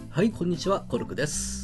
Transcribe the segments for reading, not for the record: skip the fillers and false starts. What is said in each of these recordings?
はい、こんにちは、コルクです。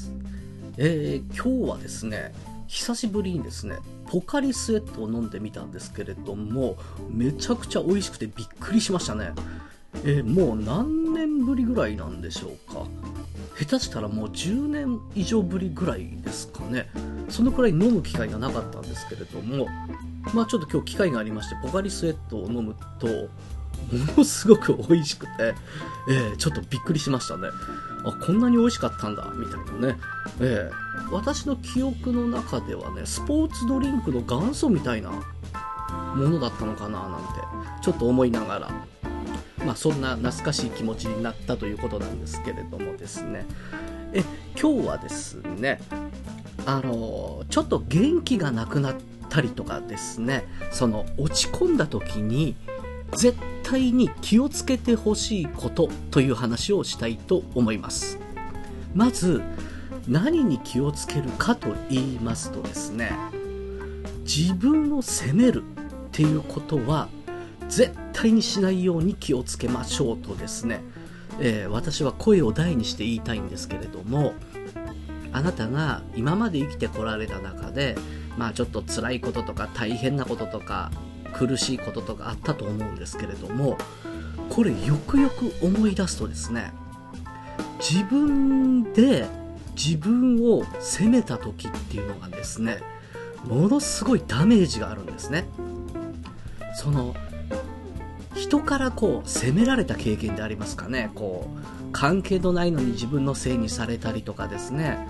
今日はですね、久しぶりにですね、ポカリスエットを飲んでみたんですけれども、めちゃくちゃ美味しくてびっくりしましたね。もう何年ぶりぐらいなんでしょうか。下手したらもう10年以上ぶりぐらいですかね。そのくらい飲む機会がなかったんですけれども、ちょっと今日機会がありまして、ポカリスエットを飲むと、ものすごく美味しくて、ちょっとびっくりしましたね。こんなに美味しかったんだみたいなね。私の記憶の中ではね、スポーツドリンクの元祖みたいなものだったのかななんてちょっと思いながら、そんな懐かしい気持ちになったということなんですけれどもですね、今日はですね、ちょっと元気がなくなったりとかですね、その落ち込んだ時に絶対に気をつけてほしいことという話をしたいと思います。まず何に気をつけるかと言いますとですね、自分を責めるっていうことは絶対にしないように気をつけましょうとですね、私は声を大にして言いたいんですけれども、あなたが今まで生きてこられた中で、ちょっと辛いこととか大変なこととか苦しいこととかあったと思うんですけれども、これよくよく思い出すとですね、自分で自分を責めた時っていうのがですね、ものすごいダメージがあるんですね。その人から責められた経験でありますかね。関係のないのに自分のせいにされたりとかですね、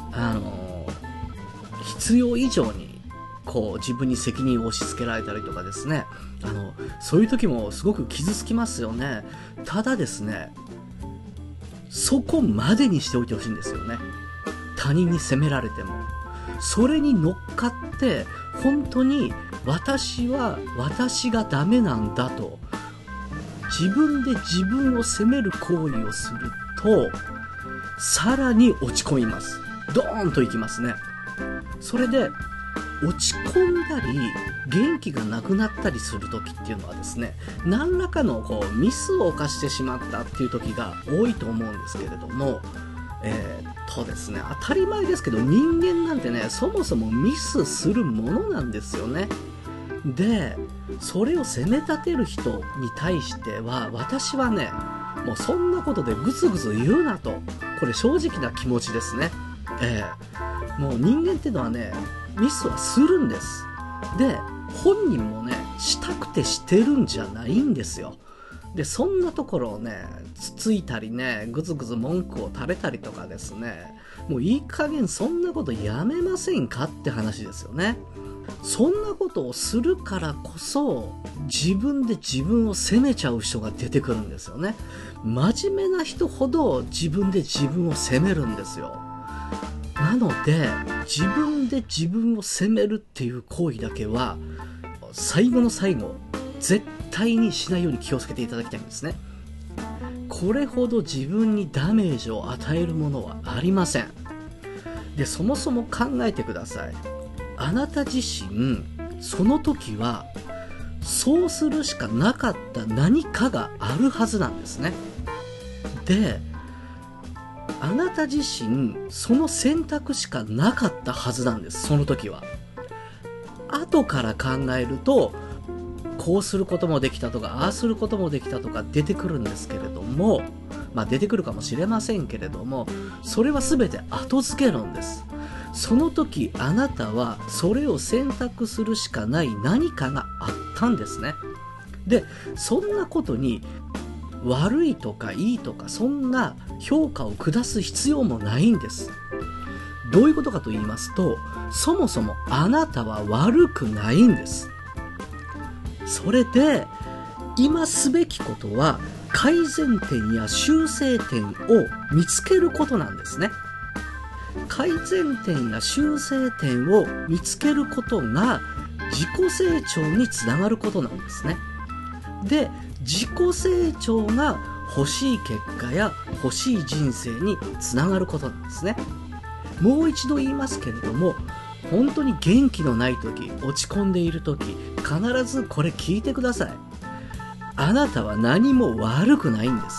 必要以上に自分に責任を押し付けられたりとかですね、そういう時もすごく傷つきますよね。ただですね、そこまでにしておいてほしいんですよね。他人に責められてもそれに乗っかって本当に私は私がダメなんだと自分で自分を責める行為をすると、さらに落ち込みます。ドーンといきますね。それで落ち込んだり元気がなくなったりする時っていうのはですね、何らかのミスを犯してしまったっていう時が多いと思うんですけれども、ですね、当たり前ですけど人間なんてね、そもそもミスするものなんですよね。で、それを責め立てる人に対しては私はね、もうそんなことでグツグツ言うなと、これ正直な気持ちですね。もう人間っていうのはね、ミスはするんです。で、本人もね、したくてしてるんじゃないんですよ。で、そんなところをね、つついたりね、ぐずぐず文句を垂れたりとかですね、もういい加減そんなことやめませんかって話ですよね。そんなことをするからこそ自分で自分を責めちゃう人が出てくるんですよね。真面目な人ほど自分で自分を責めるんですよ。なので自分で自分を責めるっていう行為だけは最後の最後絶対にしないように気をつけていただきたいんですね。これほど自分にダメージを与えるものはありません。で、そもそも考えてください。あなた自身その時はそうするしかなかった何かがあるはずなんですね。で、あなた自身その選択しかなかったはずなんです。その時は後から考えるとこうすることもできたとかああすることもできたとか出てくるんですけれども、出てくるかもしれませんけれども、それは全て後付け論です。その時あなたはそれを選択するしかない何かがあったんですね。で、そんなことに悪いとかいいとかそんな評価を下す必要もないんです。どういうことかと言いますと、そもそもあなたは悪くないんです。それで今すべきことは改善点や修正点を見つけることなんですね。改善点や修正点を見つけることが自己成長につながることなんですね。で、自己成長が欲しい結果や欲しい人生につながることなんですね。もう一度言いますけれども、本当に元気のない時、落ち込んでいる時、必ずこれ聞いてください。あなたは何も悪くないんです。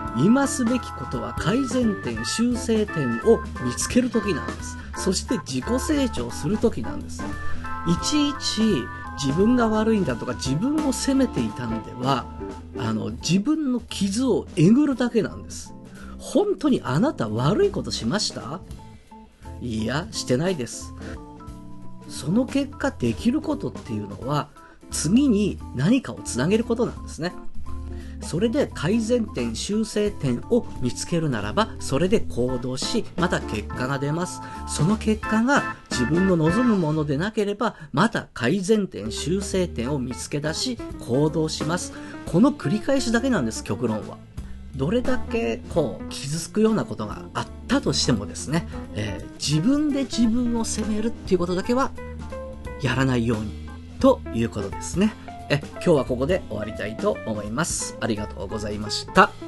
今すべきことは改善点、修正点を見つけるときなんです。そして自己成長するときなんです。いちいち自分が悪いんだとか自分を責めていたんでは、自分の傷をえぐるだけなんです。本当にあなた悪いことしました？いや、してないです。その結果できることっていうのは、次に何かをつなげることなんですね。それで改善点、修正点を見つけるならば、それで行動し、また結果が出ます。その結果が自分の望むものでなければ、また改善点、修正点を見つけ出し、行動します。この繰り返しだけなんです、極論は。どれだけ傷つくようなことがあったとしてもですね、自分で自分を責めるっていうことだけはやらないようにということですね。今日はここで終わりたいと思います。ありがとうございました。